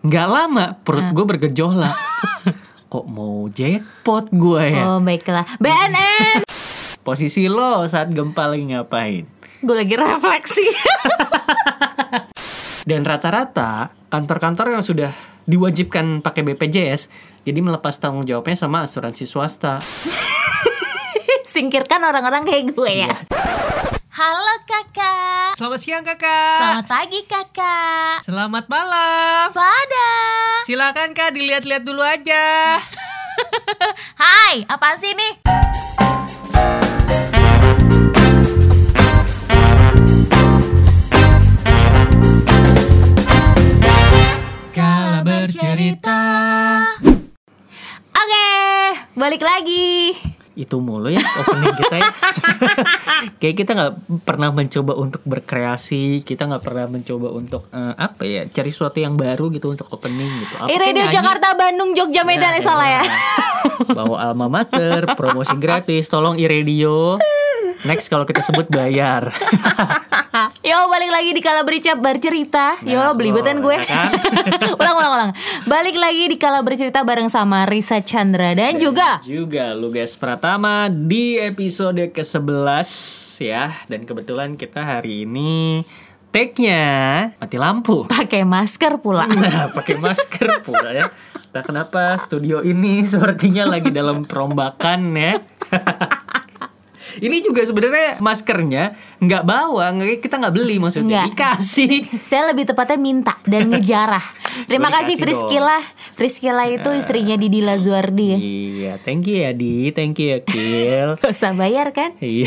Nggak lama perut gue bergejolak. Kok mau jackpot gue ya? Oh baiklah. BNN. Posisi lo saat gempa lagi ngapain? Gue lagi refleksi. Dan rata-rata kantor-kantor yang sudah diwajibkan pakai BPJS, jadi melepas tanggung jawabnya sama asuransi swasta. Singkirkan orang-orang kayak gue ya. Halo kakak. Selamat siang kakak. Selamat pagi kakak. Selamat malam. Pada. Silakan kak dilihat-lihat dulu aja. Hai, apaan sih nih? Kala bercerita. Oke, balik lagi. Itu mulu ya opening kita ya. Kayak kita gak pernah mencoba untuk berkreasi. Kita gak pernah mencoba untuk cari sesuatu yang baru gitu untuk opening gitu. Radio Jakarta, Bandung, Jogja, Medan salah ya. Bawa alma mater, promosi gratis. Tolong iRadio. Next kalau kita sebut bayar. Yo, balik lagi di Kala Bercerita. Yo, belibetan gue. Kan? Ulang. Balik lagi di Kala Bercerita bareng sama Risa Chandra dan juga Lugas Pratama di episode ke-11 ya. Dan kebetulan kita hari ini take-nya mati lampu. pakai masker pula. Nah, pakai masker pula ya. Nah, kenapa studio ini sepertinya lagi dalam perombakan ya. Ini juga sebenarnya maskernya nggak bawa, kita nggak beli maksudnya, dikasih. Saya lebih tepatnya minta dan ngejarah. Terima kasih Priscilla. Priscilla itu istrinya Didi Lazuardi ya. Iya, thank you ya Di, thank you ya Kil. Gak usah bayar kan? Iya.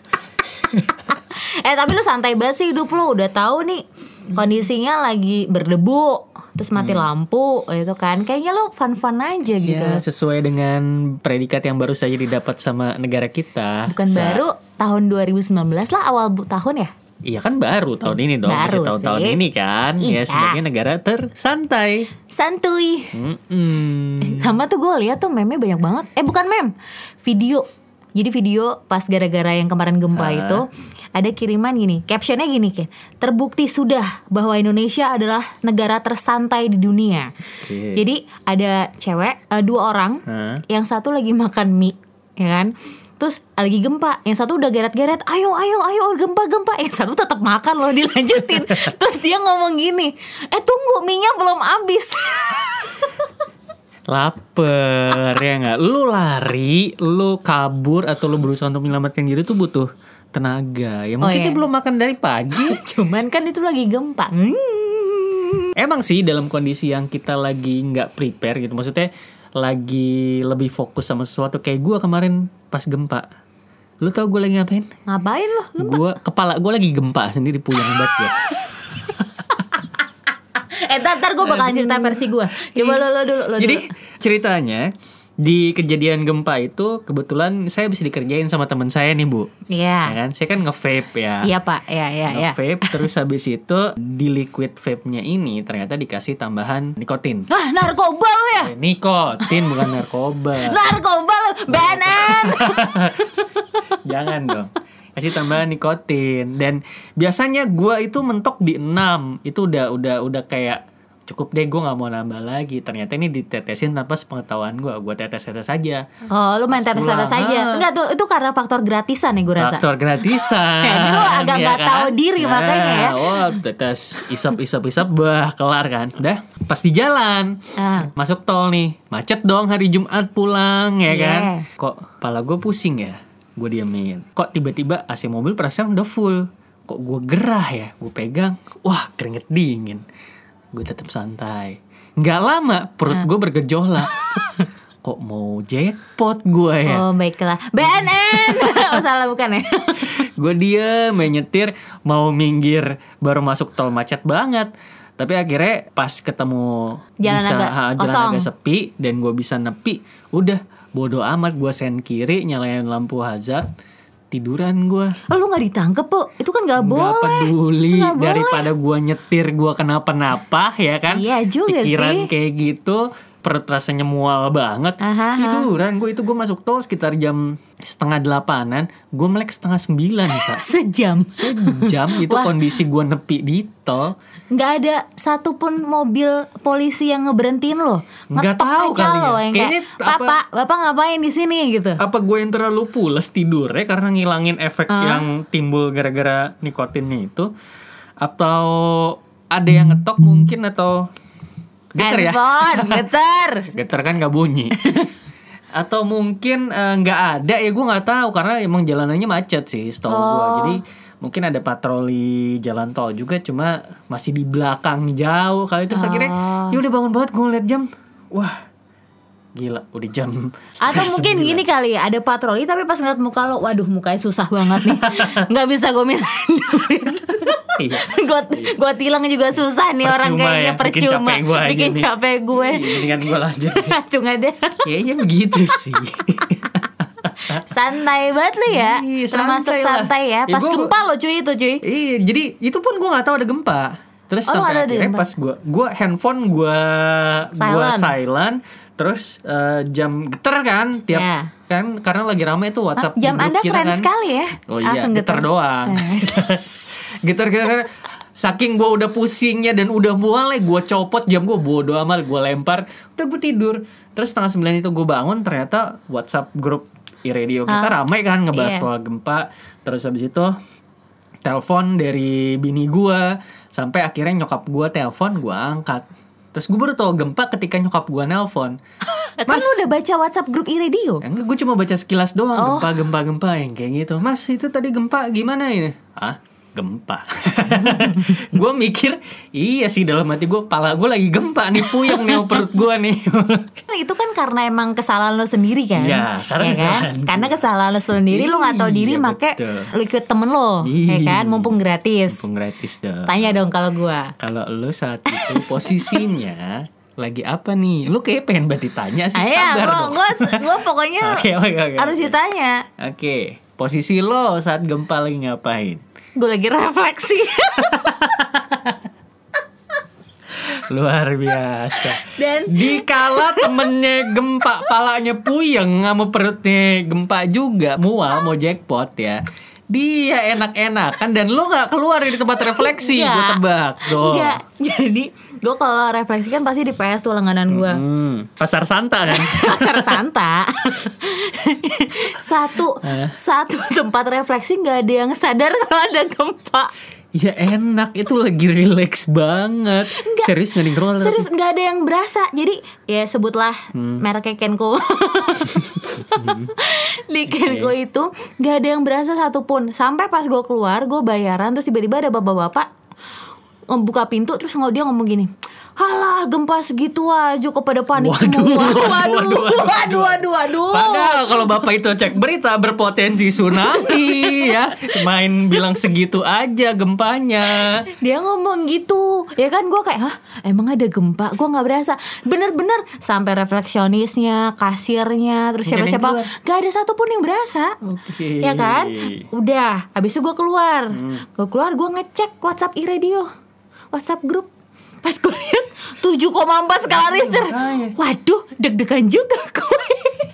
Tapi lu santai banget sih hidup lu. Udah tahu nih kondisinya lagi berdebu, terus mati lampu gitu kan. Kayaknya lo fun-fun aja gitu. Ya, sesuai dengan predikat yang baru saja didapat sama negara kita. Bukan baru, tahun 2019 lah, awal tahun ya. Iya kan baru tahun ini dong. Baru masih tahun-tahun sih. ini kan. Iya. Ya sebagai negara tersantai. Santuy. Sama tuh gue lihat tuh meme banyak banget. Bukan meme, video. Jadi video pas gara-gara yang kemarin gempa itu ada kiriman gini, captionnya gini kan, terbukti sudah bahwa Indonesia adalah negara tersantai di dunia. Okay. Jadi ada cewek, 2 orang, yang satu lagi makan mie, ya kan? Terus lagi gempa, yang satu udah geret-geret, ayo gempa, yang satu tetap makan loh, dilanjutin. Terus dia ngomong gini, tunggu, mie-nya belum habis. Laper ya nggak? Lu lari, lu kabur atau lu berusaha untuk menyelamatkan diri tuh butuh tenaga. Ya mungkin dia belum makan dari pagi. Cuman kan itu lagi gempa. Emang sih dalam kondisi yang kita lagi nggak prepare gitu. Maksudnya lagi lebih fokus sama sesuatu. Kayak gue kemarin pas gempa. Lu tau gue lagi ngapain? Ngapain lo gempa? Kepala gue lagi gempa sendiri, puyeng banget gue. Ntar gue bakal cerita versi gue. Coba lo dulu. Jadi ceritanya di kejadian gempa itu kebetulan saya bisa dikerjain sama teman saya nih Bu. Iya. Ya kan? Saya kan nge-vape ya. Iya Pak. Iya. Nge-vape terus habis itu di liquid vape-nya ini ternyata dikasih tambahan nikotin. Narkoba lo ya? Nikotin bukan narkoba. Narkoba lo, BNN. Jangan dong. Kasih tambahan nikotin. Dan biasanya gue itu mentok di 6. Itu udah kayak cukup deh, gue gak mau nambah lagi. Ternyata ini ditetesin tanpa sepengetahuan gue. Gue tetes-tetes aja. Oh, lu main tetes-tetes aja. Enggak tuh, itu karena faktor gratisan ya gue rasa. Faktor gratisan. Jadi lu agak gak tahu diri makanya ya. Oh, tetes isap bah, kelar kan. Udah pas di jalan masuk tol nih, macet dong hari Jumat pulang ya kan. Kok kepala gue pusing ya. Gue diamin. Kok tiba-tiba AC mobil perasaan udah full. Kok gue gerah ya. Gue pegang, wah keringet dingin. Gue tetap santai. Nggak lama perut gue bergejolak. Kok mau jackpot gue ya. Oh baiklah, BNN. Oh salah bukan ya. Gue diem nyetir, mau minggir, baru masuk tol macet banget. Tapi akhirnya pas ketemu jalan agak sepi dan gue bisa nepi, udah bodo amat, gue sen kiri nyalain lampu hazard, tiduran gue. Oh lu gak ditangkep Po? Itu kan gak boleh. Gak peduli, daripada gue nyetir gue kenapa-napa ya kan. Iya juga pikiran sih. Kayak gitu, perut rasanya mual banget. Tiduran gue masuk tol sekitar jam 7:30, gue melek 8:30 bisa. Sejam Itu kondisi gue nepi di tol. Nggak ada satupun mobil polisi yang ngeberhentiin lo. Nggak tahu kali ya. Yang kayak, bapak ngapain di sini gitu. Apa gue yang terlalu pules tidurnya karena ngilangin efek yang timbul gara-gara nikotinnya itu, atau ada yang ngetok mungkin, atau getar ya? Getar kan nggak bunyi. Atau mungkin nggak ada ya, gue nggak tahu karena emang jalanannya macet sih setahu gue. Jadi mungkin ada patroli jalan tol juga, cuma masih di belakang jauh kali. Terus akhirnya ya udah bangun banget, gue ngeliat jam, wah gila udah jam. Atau mungkin 9. Gini kali ya, ada patroli tapi pas ngeliat muka lo, waduh mukanya susah banget nih, nggak bisa gue minta duit. Gue tilang juga susah nih, orang kayaknya percuma, bikin capek gue. Mendingan gue lanjut. Langsung ada. Kayaknya begitu sih. Santai banget lu ya. Termasuk santai ya. Pas gempa lo cuy. Iya, jadi itu pun gue nggak tahu ada gempa. Terus sampai akhirnya pas gue handphone gue silent. Terus jam getar kan tiap kan karena lagi ramai tuh WhatsApp jam Anda kita keren kan. Sekali ya. Oh iya, getar doang. Getar saking gue udah pusingnya dan udah mual, gue copot jam gue, bodo amat, gue lempar, udah gue tidur. Terus 8:30 itu gue bangun, ternyata WhatsApp grup iRadio kita ramai kan ngebahas soal gempa. Terus habis itu telepon dari bini gue, sampai akhirnya nyokap gue telepon, gue angkat. Terus gue baru tau gempa ketika nyokap gue nelpon. Kan lu udah baca WhatsApp grup iRadio? Enggak, gue cuma baca sekilas doang. Gempa yang kayak gitu. Mas itu tadi gempa gimana ini? Gempa. Gue mikir iya sih, dalam hati gue, pala gue lagi gempa nih, puyeng nih perut gue nih. Itu kan karena emang kesalahan lo sendiri kan? Iya, karena kesalahan lo sendiri. Lo gak tahu diri, make lo ikut temen lo, ya kan? Mumpung gratis dong. Tanya dong kalau gue, kalau lo saat itu posisinya lagi apa nih? Lu kayak pengen banget ditanya sih. Sabar dong. Gue pokoknya harus ditanya. Oke. Posisi lo saat gempa lagi ngapain? Gue lagi refleksi. Luar biasa. Dan dikala temennya gempa, palanya puyeng sama perutnya gempa juga, mual mau jackpot ya, dia enak-enakan dan lo gak keluar dari tempat refleksi. Gue tebak dong. Enggak. Jadi gue kalau refleksi kan pasti di PS tuh langganan gue. Pasar Santa kan. Pasar Santa. Satu tempat refleksi gak ada yang sadar kalau ada gempa. Ya enak, itu lagi relax banget. Enggak, serius gak nih? Serius gak ada yang berasa. Jadi ya sebutlah mereknya Kenko. Di Kenko itu gak ada yang berasa satupun. Sampai pas gue keluar, gue bayaran, terus tiba-tiba ada bapak-bapak buka pintu, terus dia ngomong gini, halah gempa segitu aja kok pada panik semua. Waduh. Padahal kalau bapak itu cek berita berpotensi tsunami ya, main bilang segitu aja gempanya. Dia ngomong gitu, ya kan gue kayak, hah emang ada gempa? Gue nggak berasa. Bener-bener sampai refleksionisnya, kasirnya, terus siapa-siapa gak ada satupun yang berasa. Ya kan? Udah, habis itu gue keluar, gue ngecek WhatsApp iRadio, WhatsApp grup. Pas gue lihat 7,4 skala Richter. Waduh, deg-degan juga gue.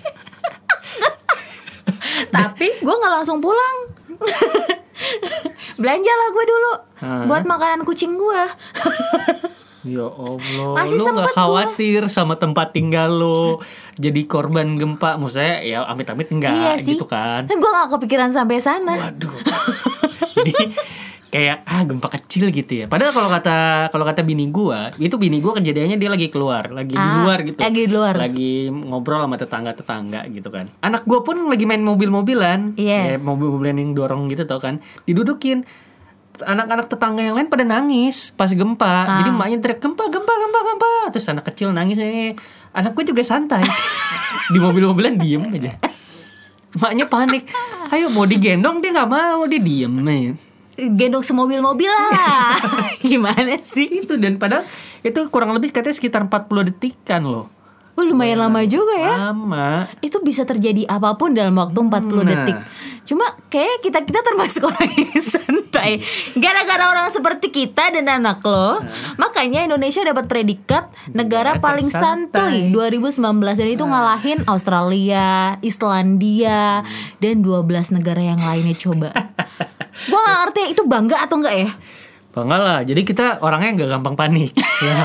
Tapi gue gak langsung pulang. Belanjalah gue dulu buat makanan kucing gue. Ya Allah, masih lu gak khawatir sama tempat tinggal lo jadi korban gempa? Maksudnya ya amit-amit enggak gitu kan? Gue gak kepikiran sampai sana. Waduh. Jadi kayak gempa kecil gitu ya. Padahal kalau kata bini gua, itu bini gua kejadiannya dia lagi keluar, lagi di luar gitu. Lagi ngobrol sama tetangga-tetangga gitu kan. Anak gua pun lagi main mobil-mobilan. Ya, mobil-mobilan yang dorong gitu tau kan. Didudukin. Anak-anak tetangga yang lain pada nangis pas gempa. Jadi emaknya teriak gempa. Terus anak kecil nangis nih. Anak gua juga santai. Di mobil-mobilan diem aja. Emaknya panik. Ayo mau digendong, dia enggak mau, dia diem aja. Gendong semobil-mobil lah. Gimana sih itu? Dan padahal itu kurang lebih katanya sekitar 40 detikan loh. Lumayan lama juga ya. Lama. Itu bisa terjadi apapun dalam waktu 40 detik. Cuma kayak kita termasuk orang yang santai. Gara-gara orang seperti kita dan anak lo, makanya Indonesia dapat predikat negara paling santuy 2019. Dan itu ngalahin Australia, Islandia, dan 12 negara yang lainnya. Coba gue gak ngerti itu bangga atau enggak ya. Bangga lah. Jadi kita orangnya gak gampang panik. Ya.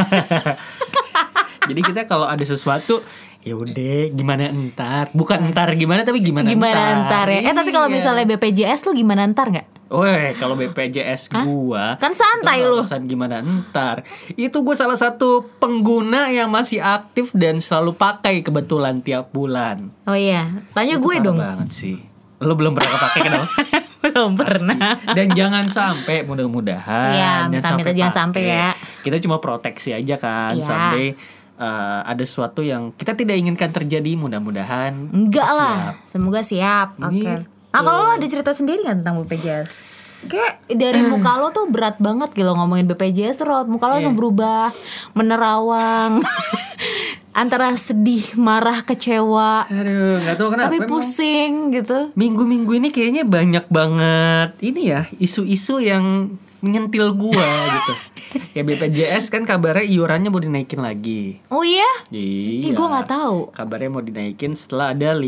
Jadi kita kalau ada sesuatu, ya udah gimana entar. Bukan entar gimana, tapi gimana entar ya. Tapi kalau misalnya BPJS lu gimana entar nggak? Kalau BPJS gua kan santai lu. Gimana entar. Itu gua salah satu pengguna yang masih aktif dan selalu pakai kebetulan tiap bulan. Oh iya, tanya gue dong. Banget sih. Lu belum pernah pakai kenapa? Belum pernah. Dan jangan sampai, mudah-mudahan. Iya, jangan sampai ya. Kita cuma proteksi aja kan, sampai ada sesuatu yang kita tidak inginkan terjadi. Mudah-mudahan enggak lah, semoga siap. Oke. Kalau lo ada cerita sendiri nggak tentang BPJS? Kayak dari muka lo tuh berat banget gitu ngomongin BPJS, Rod. Muka lo langsung berubah, menerawang. Antara sedih, marah, kecewa. Aduh, gak tahu kenapa. Tapi pusing gitu. Minggu-minggu ini kayaknya banyak banget ini ya, isu-isu yang menyentil gua gitu. Ya BPJS kan kabarnya iurannya mau dinaikin lagi. Oh iya? Iya. Gua nggak tahu. Kabarnya mau dinaikin setelah ada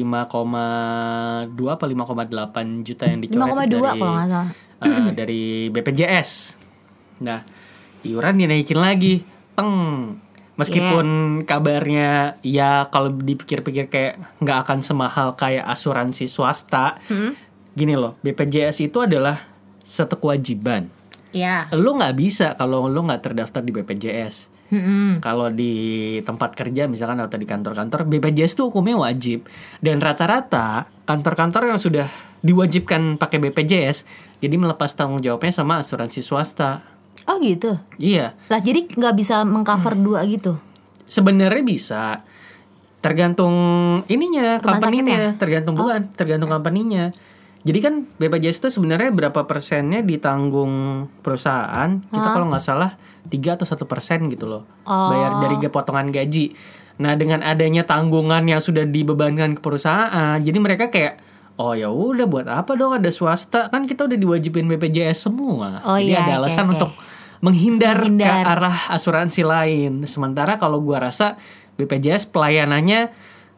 5,2 apa 5,8 juta yang dicoret 5,2 kalau nggak salah. Dari BPJS. Nah, iuran dinaikin lagi. Meskipun kabarnya ya kalau dipikir-pikir kayak nggak akan semahal kayak asuransi swasta. Gini loh, BPJS itu adalah satu kewajiban. Iya. Lu nggak bisa kalau lu nggak terdaftar di BPJS. Kalau di tempat kerja misalkan atau di kantor-kantor, BPJS itu hukumnya wajib. Dan rata-rata kantor-kantor yang sudah diwajibkan pakai BPJS, jadi melepas tanggung jawabnya sama asuransi swasta. Oh gitu? Iya. Lah jadi nggak bisa mengcover dua gitu? Sebenarnya bisa. Tergantung ininya, company-nya. Tergantung company-nya. Jadi kan BPJS itu sebenarnya berapa persennya ditanggung perusahaan. Kita kalau nggak salah 3 atau 1% gitu loh. Bayar dari potongan gaji. Nah dengan adanya tanggungan yang sudah dibebankan ke perusahaan, jadi mereka kayak, oh ya udah buat apa dong ada swasta, kan kita udah diwajibin BPJS semua. Jadi ada alasan untuk menghindar ke arah asuransi lain. Sementara kalau gua rasa BPJS pelayanannya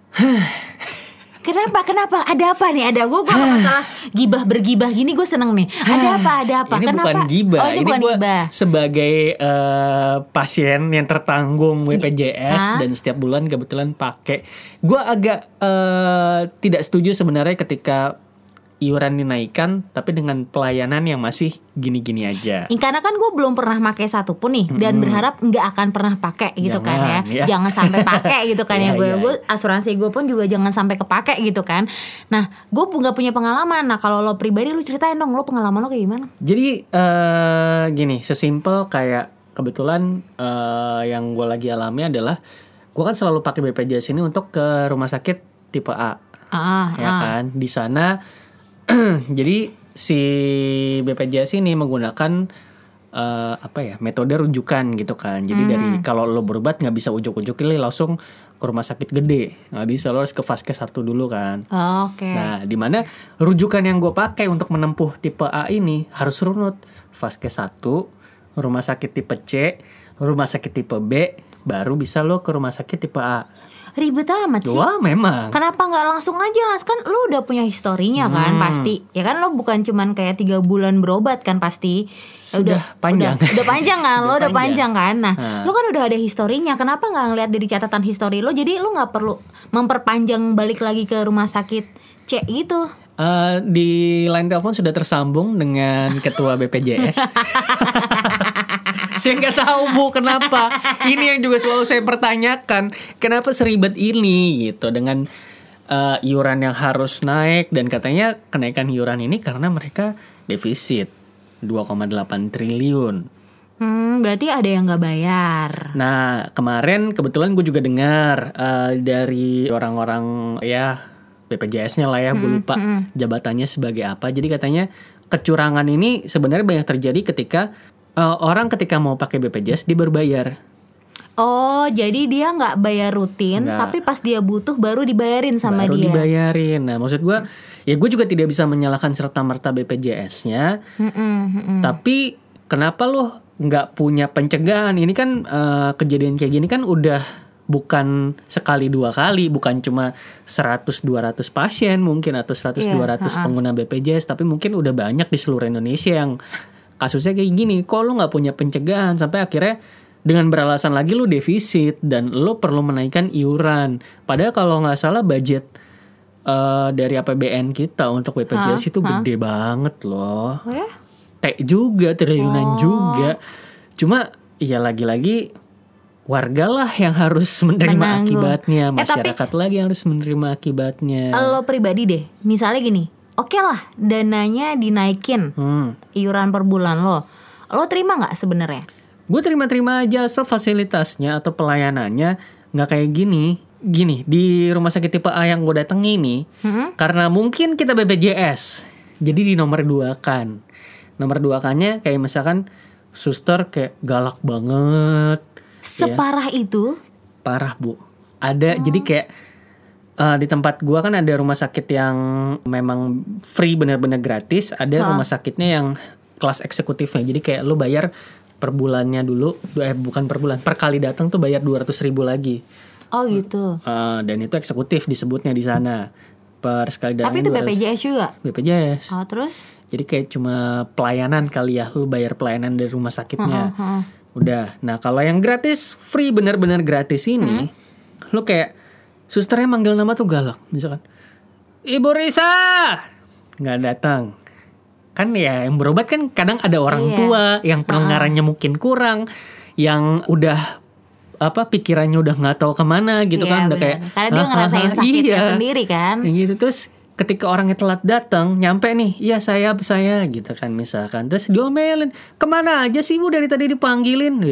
Kenapa? Ada apa nih? Ada gue masalah bergibah gini gue seneng nih. Ada apa? Ini kenapa? Bukan gibah. Ini bukan gibah. Sebagai pasien yang tertanggung BPJS dan setiap bulan kebetulan pakai. Gue agak tidak setuju sebenarnya ketika iuran dinaikkan tapi dengan pelayanan yang masih gini-gini aja. Karena kan gue belum pernah pakai satu pun nih dan berharap nggak akan pernah pakai gitu. Jangan, kan ya. Jangan sampai pakai gitu kan ya. Gue asuransi gue pun juga jangan sampai kepake gitu kan. Nah gue nggak punya pengalaman. Nah kalau lo pribadi lo ceritain dong, lo pengalaman lo kayak gimana? Jadi gini, sesimpel kayak kebetulan yang gue lagi alami adalah gue kan selalu pakai BPJS ini untuk ke rumah sakit tipe A. Kan di sana jadi si BPJS ini menggunakan metode rujukan gitu kan. Jadi dari kalau lo berobat nggak bisa ujuk-ujuk langsung ke rumah sakit gede, nggak bisa, lo harus ke Vaskes 1 dulu kan. Nah di mana rujukan yang gue pakai untuk menempuh tipe A ini harus runut Vaskes 1, rumah sakit tipe C, rumah sakit tipe B, baru bisa lo ke rumah sakit tipe A. Ribet amat sih. Wah memang. Kenapa nggak langsung aja Las? Kan lu udah punya historinya kan pasti. Ya kan lo bukan cuman kayak 3 bulan berobat kan pasti. Udah panjang. Udah panjang kan. Lo udah panjang kan. Nah lo kan udah ada historinya. Kenapa nggak ngeliat dari catatan histori lo? Jadi lo nggak perlu memperpanjang balik lagi ke rumah sakit C gitu. Di line telepon sudah tersambung dengan ketua BPJS. Saya nggak tahu Bu kenapa. Ini yang juga selalu saya pertanyakan. Kenapa seribet ini gitu dengan iuran yang harus naik. Dan katanya kenaikan iuran ini karena mereka defisit 2,8 triliun. Berarti ada yang nggak bayar. Nah kemarin kebetulan gue juga dengar dari orang-orang ya BPJS-nya lah ya, gue lupa jabatannya sebagai apa. Jadi katanya kecurangan ini sebenarnya banyak terjadi ketika orang ketika mau pakai BPJS dia baru bayar. Oh, jadi dia nggak bayar rutin, tapi pas dia butuh baru dibayarin sama baru dia. Baru dibayarin. Nah, maksud gue, ya gue juga tidak bisa menyalahkan serta-merta BPJS-nya. Tapi kenapa lo nggak punya pencegahan? Ini kan kejadian kayak gini kan udah bukan sekali dua kali, bukan cuma 100-200 pasien mungkin atau 100-200 pengguna BPJS, tapi mungkin udah banyak di seluruh Indonesia yang kasusnya kayak gini. Kok lo nggak punya pencegahan sampai akhirnya dengan beralasan lagi lo defisit dan lo perlu menaikkan iuran. Padahal kalau nggak salah budget dari APBN kita untuk BPJS itu gede banget loh. Juga triliunan juga. Cuma ya lagi-lagi warga lah yang harus menerima akibatnya. Masyarakat lagi yang harus menerima akibatnya. Lo pribadi deh, misalnya gini, oke lah dananya dinaikin, iuran per bulan lo terima nggak sebenarnya? Gue terima-terima aja asal fasilitasnya atau pelayanannya nggak kayak gini di rumah sakit tipe A yang gue datangi nih, karena mungkin kita BPJS, jadi di nomor 2-kannya kayak misalkan suster kayak galak banget. Separah itu? Parah Bu. Ada jadi kayak di tempat gue kan ada rumah sakit yang memang free benar-benar gratis, ada rumah sakitnya yang kelas eksekutifnya, jadi kayak lo bayar per bulannya dulu, bukan per bulan, per kali datang tuh bayar 200.000 lagi. Oh gitu. Dan itu eksekutif disebutnya di sana. Per sekali datang. Tapi itu BPJS juga? BPJS. Oh terus? Jadi kayak cuma pelayanan kali ya, lu bayar pelayanan dari rumah sakitnya. Udah. Nah kalau yang gratis, free benar-benar gratis ini, lu kayak susternya manggil nama tuh galak, misalkan Ibu Risa, nggak datang. Kan ya yang berobat kan kadang ada orang tua yang pendengarannya mungkin kurang, yang udah pikirannya udah nggak tahu kemana gitu kan, udah kayak karena dia ngerasain sakitnya sendiri kan. Gitu. Terus ketika orangnya telat datang, nyampe nih, ya saya gitu kan misalkan, terus diomelin, kemana aja sih Bu dari tadi dipanggilin,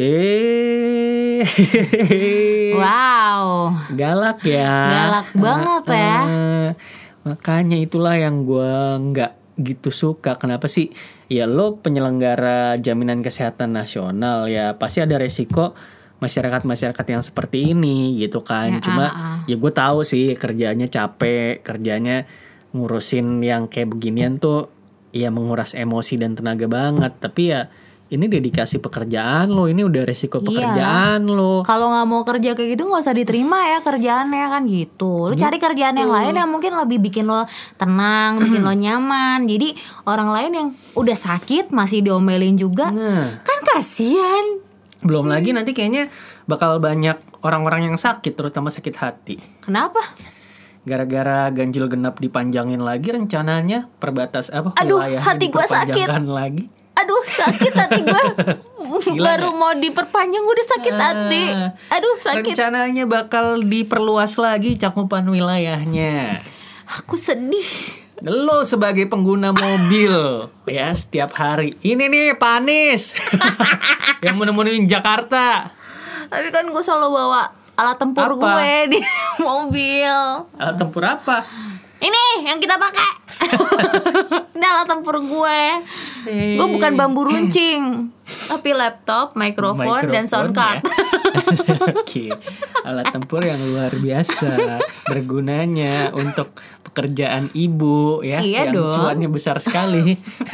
wow, galak ya, galak banget ya. Makanya itulah yang gue nggak gitu suka. Kenapa sih? Ya lo penyelenggara jaminan kesehatan nasional, ya pasti ada resiko masyarakat yang seperti ini gitu kan. Cuma ya gue tahu sih kerjanya capek, kerjanya ngurusin yang kayak beginian tuh ya menguras emosi dan tenaga banget. Tapi ya ini dedikasi pekerjaan lo, ini udah resiko pekerjaan lo. Kalau nggak mau kerja kayak gitu nggak usah diterima ya kerjaannya kan gitu. Lo cari kerjaan yang lain yang mungkin lebih bikin lo tenang, bikin lo nyaman. Jadi orang lain yang udah sakit masih diomelin juga, kan kasihan. Belum lagi nanti kayaknya bakal banyak orang-orang yang sakit, terutama sakit hati. Kenapa? Gara-gara ganjil genap dipanjangin lagi rencananya, wilayahnya hati gua sakit lagi. Aduh sakit hati gue. Baru mau diperpanjang udah sakit hati. Aduh sakit. Rencananya bakal diperluas lagi cakupan wilayahnya. Aku sedih. Lo sebagai pengguna mobil ya setiap hari, ini nih Pak Anies yang menemuin Jakarta. Tapi kan gue selalu bawa alat tempur gue di mobil. Alat tempur apa? Ini yang kita pakai. Ini alat tempur gue. Gue bukan bambu runcing, tapi laptop, mikrofon dan sound card. Oke. Alat tempur yang luar biasa bergunanya untuk pekerjaan ibu ya, iya yang dong. Cuannya besar sekali.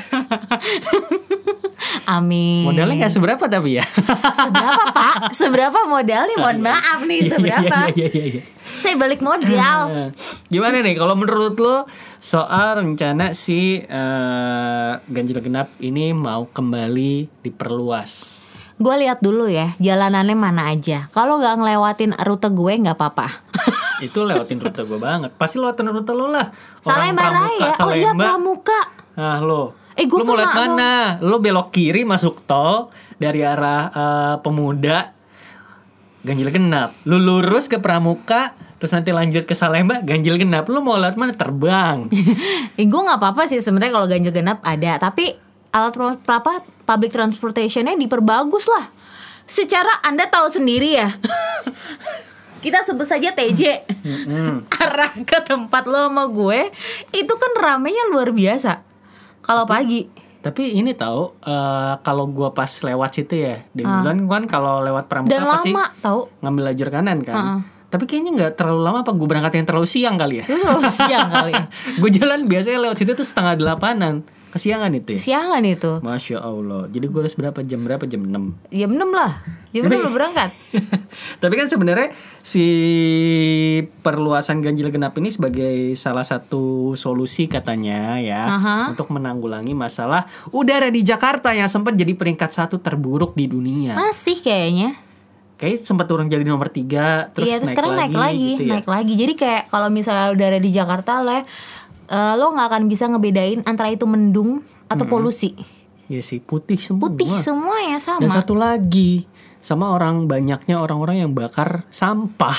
Amin. Modalnya gak seberapa tapi ya. Seberapa Pak? Seberapa modalnya? Mohon maaf nih, seberapa? Iya. Saya balik modal. Gimana nih kalau menurut lo soal rencana si ganjil genap ini mau kembali diperluas? Gue lihat dulu ya jalanannya mana aja. Kalau nggak ngelewatin rute gue nggak apa-apa. Itu lewatin rute gue banget. Pasti lewatin rute lo lah. Salemba Raya. Oh iya Pramuka. Nah lo mau lihat mana? Lo belok kiri masuk tol dari arah Pemuda, ganjil genap. Lo lurus ke Pramuka, terus nanti lanjut ke Salemba, ganjil genap. Lo mau lihat mana? Terbang. Gue nggak apa-apa sih sebenarnya kalau ganjil genap ada, tapi alat public transportationnya diperbagus lah. Secara Anda tahu sendiri ya. Kita sebut saja TJ. Arah ke tempat lo sama gue itu kan ramenya luar biasa. Kalau pagi. Tapi ini tahu kalau gue pas lewat situ ya, dia bilang kan kalau lewat Pramuka pasti ngambil lajur kanan kan. Tapi kayaknya nggak terlalu lama, apa gue berangkat yang terlalu siang kali ya? Terlalu siang kali ya. Gue jalan biasanya lewat situ tuh 7:30-an. Kesiangan itu ya? Kesiangan itu. Masya Allah. Jadi gue harus berapa? Jam 6? Jam 6 lah. Jam 6 lo berangkat. Tapi kan sebenarnya si perluasan ganjil genap ini sebagai salah satu solusi katanya ya, untuk menanggulangi masalah udara di Jakarta yang sempat jadi peringkat 1 terburuk di dunia. Masih kayaknya. Kayak sempat turun jadi nomor 3, terus iya, terus sekarang naik lagi gitu ya? Naik lagi. Jadi kayak kalau misalnya udara di Jakarta lo nggak akan bisa ngebedain antara itu mendung atau polusi. Iya sih, putih semua. Putih semua ya sama. Dan satu lagi, sama banyaknya orang-orang yang bakar sampah.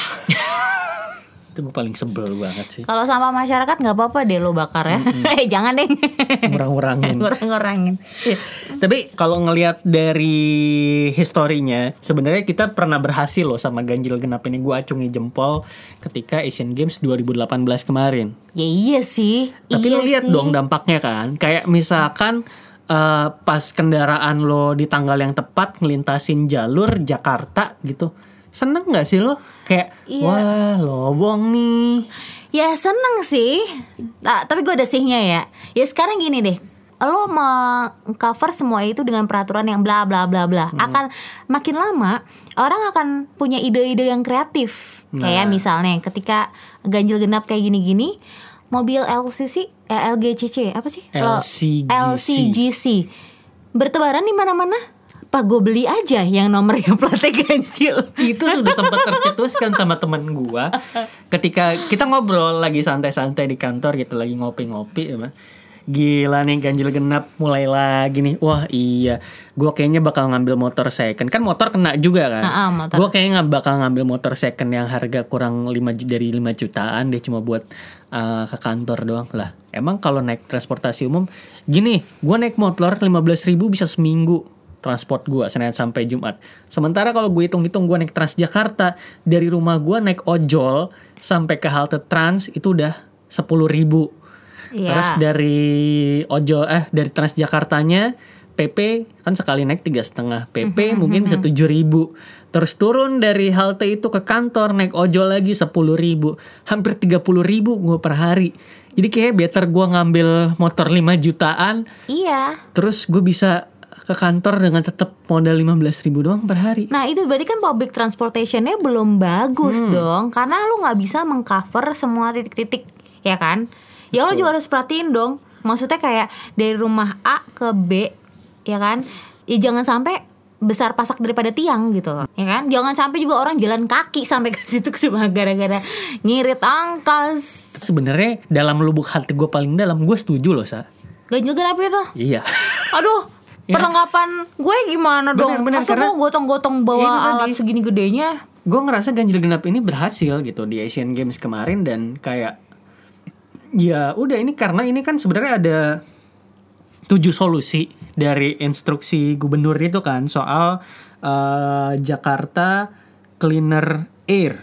Itu gue paling sebel banget sih. Kalau sampah masyarakat nggak apa-apa deh lo bakar ya. Jangan deh. Ngurang-ngurangin. Ya, tapi kalau ngelihat dari historinya, sebenarnya kita pernah berhasil loh sama ganjil genap ini. Gue acungi jempol ketika Asian Games 2018 kemarin. Ya iya sih. Tapi lo lihat dong dampaknya kan. Kayak misalkan pas kendaraan lo di tanggal yang tepat ngelintasin jalur Jakarta gitu. Seneng gak sih lo? Kayak wah lowong nih. Ya seneng sih. Tapi gue ada sihnya ya. Ya sekarang gini deh, lo cover semua itu dengan peraturan yang bla bla bla bla. Akan makin lama orang akan punya ide-ide yang kreatif. Kayak misalnya ketika ganjil genap kayak gini-gini, mobil LGCC apa sih? LCGC bertebaran di mana-mana. Pak, gue beli aja yang nomornya platnya ganjil. Itu sudah sempat tercetuskan sama teman gue ketika kita ngobrol lagi santai-santai di kantor gitu, lagi ngopi-ngopi ya. Gila nih ganjil genap mulai lagi nih. Wah iya, gue kayaknya bakal ngambil motor second. Kan motor kena juga kan. Gue kayaknya bakal ngambil motor second yang harga kurang 5 jutaan deh, cuma buat ke kantor doang lah. Emang kalau naik transportasi umum gini, gue naik motor 15.000 bisa seminggu transport gue Senin sampai Jumat. Sementara kalau gue hitung-hitung gue naik Transjakarta, dari rumah gue naik ojol sampai ke halte Trans itu udah 10.000. Terus dari dari Transjakartanya PP kan sekali naik 3,5. PP mungkin bisa 7.000. Terus turun dari halte itu ke kantor naik ojol lagi 10.000. Hampir 30.000 gue per hari. Jadi kayak better gue ngambil motor 5 jutaan. Iya. Terus gue bisa ke kantor dengan tetap modal 15.000 doang per hari. Nah itu berarti kan public transportationnya belum bagus dong. Karena lu gak bisa mengcover semua titik-titik, ya kan? Ya lo juga harus perhatiin dong. Maksudnya kayak dari rumah A ke B, ya kan? Ya jangan sampai besar pasak daripada tiang gitu, ya kan? Jangan sampai juga orang jalan kaki sampai ke situ cuma gara-gara ngirit angkas. Sebenarnya dalam lubuk hati gue paling dalam, gue setuju loh, Sa. Ganjil genap itu? Iya. Aduh, perlengkapan gue gimana dong? Masa gue gotong-gotong bawa alat segini gedenya? Gue ngerasa ganjil genap ini berhasil gitu di Asian Games kemarin. Dan kayak ya udah, ini karena ini kan sebenarnya ada 7 solusi dari instruksi gubernur itu kan soal Jakarta Cleaner Air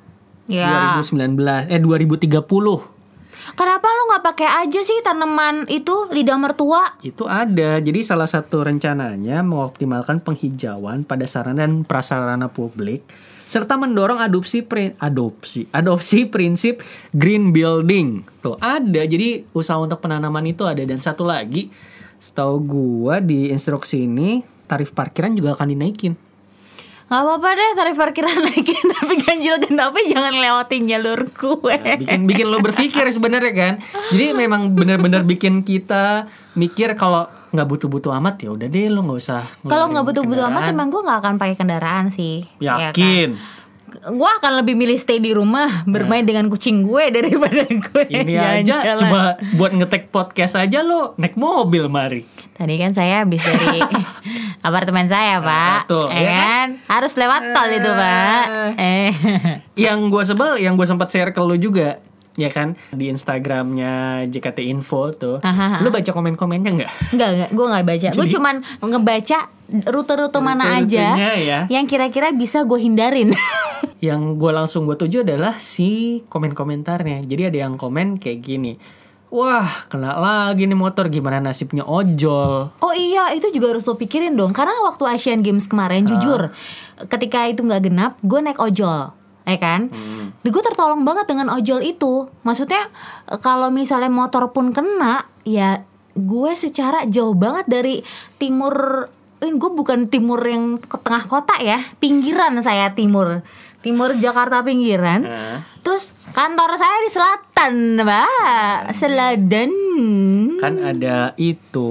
2030. Kenapa lo nggak pakai aja sih tanaman itu lidah mertua? Itu ada. Jadi salah satu rencananya mengoptimalkan penghijauan pada sarana dan prasarana publik serta mendorong adopsi prinsip green building. Tuh ada. Jadi usaha untuk penanaman itu ada. Dan satu lagi, setahu gua di instruksi ini tarif parkiran juga akan dinaikin. Gak apa-apa deh tarif parkiran naikin, tapi ganjil genapnya jangan lewatin jalur gue. Nah, bikin lo berpikir sebenarnya kan. Jadi memang benar-benar bikin kita mikir kalau nggak butuh-butuh amat ya udah deh lo nggak usah. Kalau nggak butuh-butuh amat emang gue nggak akan pakai kendaraan sih. Yakin? Ya kan? Gue akan lebih milih stay di rumah bermain dengan kucing gue daripada gue ini aja cuma buat ngetek podcast aja lo naik mobil mari. Tadi kan saya habis dari apartemen saya Pak, ya kan? Harus lewat tol itu Pak. Yang gue sebel, yang gue sempat share ke lo juga, ya kan, di Instagramnya JKT Info tuh. Lo baca komen-komennya nggak? Nggak, gue nggak baca. Gue cuman ngebaca rute-rute mana aja ya, yang kira-kira bisa gue hindarin. Yang gue langsung gue tuju adalah si komen-komentarnya. Jadi ada yang komen kayak gini, wah kena lagi nih motor, gimana nasibnya ojol. Oh iya, itu juga harus lo pikirin dong. Karena waktu Asian Games kemarin jujur, ketika itu gak genap, gue naik ojol, ya kan? Gue tertolong banget dengan ojol itu. Maksudnya kalau misalnya motor pun kena, ya gue secara jauh banget dari timur. Gue bukan timur yang ke tengah kota ya, pinggiran saya, timur Jakarta pinggiran. Terus kantor saya di selatan, Mbak. Selatan. Kan ada itu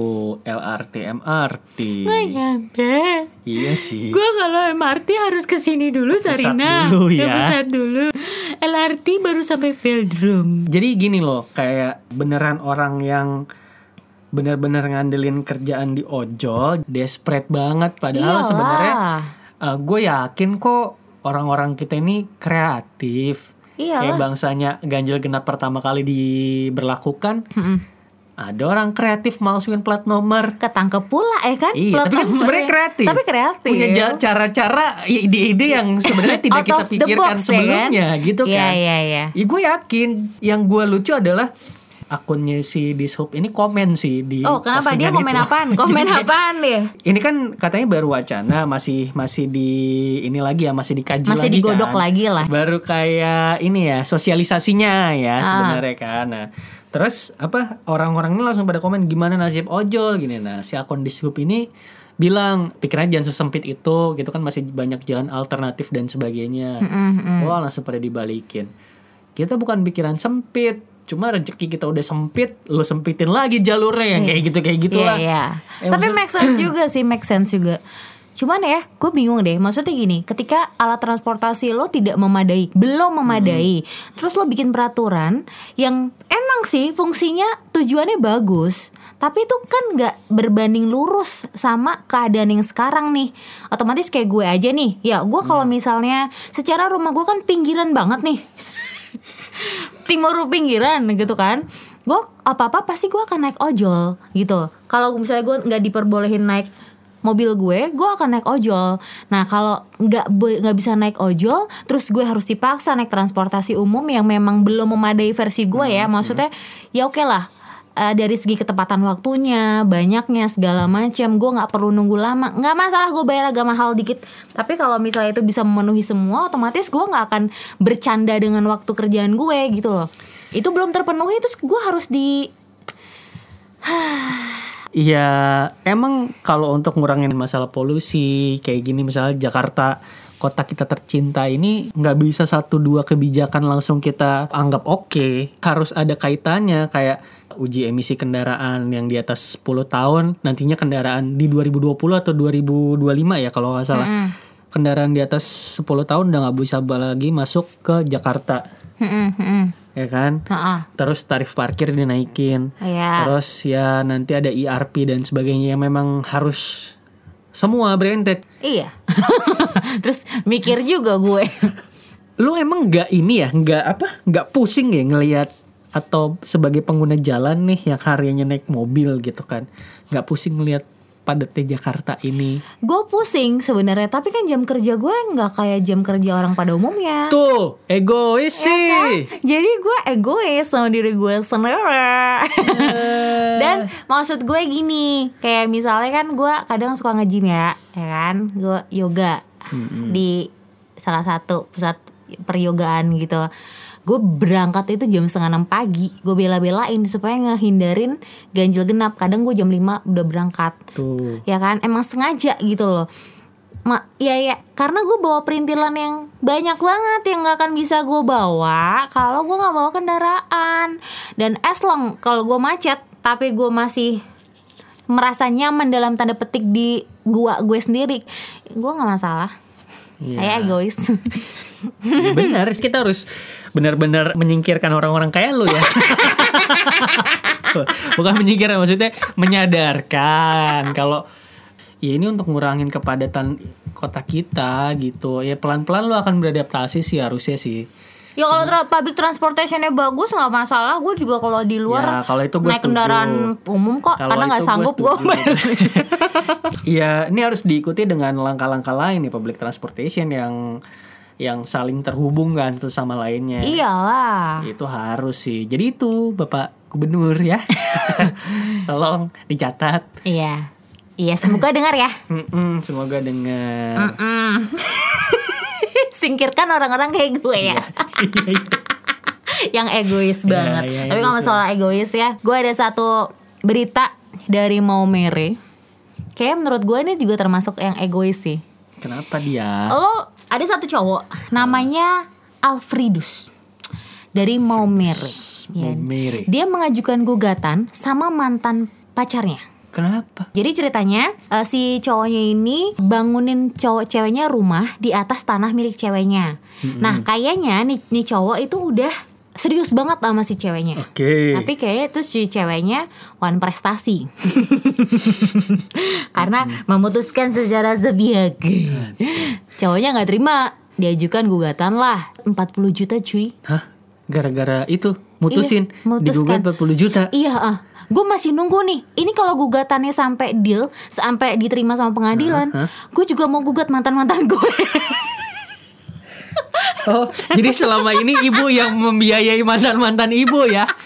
LRT MRT. Nggak nyampe. Iya sih. Gue kalau MRT harus kesini dulu, Sarina. Dulu ya. Pusat dulu. LRT baru sampai Velodrome. Jadi gini loh, kayak beneran orang yang bener-bener ngandelin kerjaan di ojol, desperate banget. Padahal sebenarnya gue yakin kok orang-orang kita ini kreatif. Kayak bangsanya ganjil genap pertama kali diberlakukan. Ada orang kreatif masukin plat nomor. Ketangkep pula kan? Iya, tapi kan sebenarnya kreatif. Tapi kreatif. Punya cara-cara, ide-ide yang sebenarnya tidak kita pikirkan sebelumnya, gitu kan? Iya. Ya gue yakin. Yang gue lucu adalah akunnya si Dishub ini komen sih di kenapa dia komen itu. Apaan? Komen apaan dia? Ini kan katanya baru wacana, masih di ini lagi ya, masih dikaji masih lagi digodok kan. lagi lah. Baru kayak ini ya, sosialisasinya ya sebenarnya kan. Nah, terus orang-orangnya langsung pada komen gimana nasib ojol gini. Nah, si akun Dishub ini bilang pikirannya jangan sesempit itu gitu kan, masih banyak jalan alternatif dan sebagainya. Wah, langsung pada dibalikin. Kita bukan pikiran sempit, cuma rezeki kita udah sempit, lu sempitin lagi jalurnya yang kayak gitu lah. Iya. Tapi make sense juga. Cuman ya, gue bingung deh. Maksudnya gini, ketika alat transportasi lo belum memadai, terus lo bikin peraturan yang emang sih fungsinya tujuannya bagus, tapi itu kan nggak berbanding lurus sama keadaan yang sekarang nih. Otomatis kayak gue aja nih, ya gue kalau misalnya secara rumah gue kan pinggiran banget nih. Timur pinggiran gitu kan, gue apa-apa pasti gue akan naik ojol gitu. Kalau misalnya gue nggak diperbolehin naik mobil gue akan naik ojol. Nah kalau nggak bisa naik ojol, terus gue harus dipaksa naik transportasi umum yang memang belum memadai versi gue ya. Maksudnya ya oke lah, dari segi ketepatan waktunya, banyaknya segala macam, gue nggak perlu nunggu lama, nggak masalah gue bayar agak mahal dikit. Tapi kalau misalnya itu bisa memenuhi semua, otomatis gue nggak akan bercanda dengan waktu kerjaan gue gitu loh. Itu belum terpenuhi, terus gue harus Iya, emang kalau untuk ngurangin masalah polusi kayak gini, misalnya Jakarta, kota kita tercinta ini, nggak bisa 1-2 kebijakan langsung kita anggap oke. Harus ada kaitannya, kayak uji emisi kendaraan yang di atas 10 tahun, nantinya kendaraan di 2020 atau 2025 ya kalau nggak salah. Kendaraan di atas 10 tahun udah nggak bisa lagi masuk ke Jakarta. Ya kan? Terus tarif parkir dinaikin. Terus ya nanti ada ERP dan sebagainya yang memang harus semua branded. Iya. Terus mikir juga gue. Lu emang nggak pusing ya ngelihat, atau sebagai pengguna jalan nih yang hariannya naik mobil gitu kan, nggak pusing ngelihat padatnya Jakarta ini? Gue pusing sebenarnya, tapi kan jam kerja gue nggak kayak jam kerja orang pada umumnya. Tuh, egois sih. Kan? Jadi gue egois sama diri gue sendiri. Dan maksud gue gini, kayak misalnya kan gue kadang suka nge-gym ya kan, gue yoga di salah satu pusat peryogaan gitu. Gue berangkat itu jam 5:30 pagi. Gue bela-belain supaya ngehindarin ganjil genap. Kadang gue jam 5 udah berangkat. Tuh. Ya kan, emang sengaja gitu loh. Ya, karena gue bawa perintilan yang banyak banget yang gak akan bisa gue bawa kalau gue gak bawa kendaraan. Dan as long kalau gue macet tapi gue masih merasa nyaman dalam tanda petik di gua gue sendiri, gue gak masalah. Saya egois. Ya benar, kita harus benar-benar menyingkirkan orang-orang kayak lu ya. Bukan menyingkirkan, maksudnya menyadarkan kalau ya ini untuk ngurangin kepadatan kota kita gitu. Ya pelan-pelan lu akan beradaptasi sih harusnya sih. Ya kalau public transportationnya bagus nggak masalah. Gue juga kalau di luar ya, kalau itu gue naik setuju. Kendaraan umum kok, kalau karena nggak sanggup gue. Ya ini harus diikuti dengan langkah-langkah lain nih, public transportation yang yang saling terhubung kan tuh sama lainnya. Iyalah. Itu harus sih. Jadi itu Bapak Gubernur ya. Tolong dicatat. Iya. Iya, semoga dengar ya. Semoga dengar. Singkirkan orang-orang kayak gue ya. Yang egois banget. Tapi kalau soal egois ya, gue ada satu berita dari Maumere. Kayak menurut gue ini juga termasuk yang egois sih. Kenapa dia? Lo ada satu cowok namanya Alfridus dari Maumere. Maumere. Dia mengajukan gugatan sama mantan pacarnya. Kenapa? Jadi ceritanya si cowoknya ini bangunin ceweknya rumah di atas tanah milik ceweknya. Nah kayaknya nih cowok itu udah serius banget sama si ceweknya. Tapi kayaknya itu si ceweknya wan prestasi. Karena memutuskan secara sepihak. Cowoknya gak terima, diajukan gugatan lah 40 juta cuy. Hah? Gara-gara itu mutusin mutuskan. digugat 40 juta. Iya, gue masih nunggu nih. Ini kalau gugatannya sampai deal, sampai diterima sama pengadilan, gue juga mau gugat mantan-mantan gue. Oh, jadi selama ini ibu yang membiayai mantan-mantan ibu ya?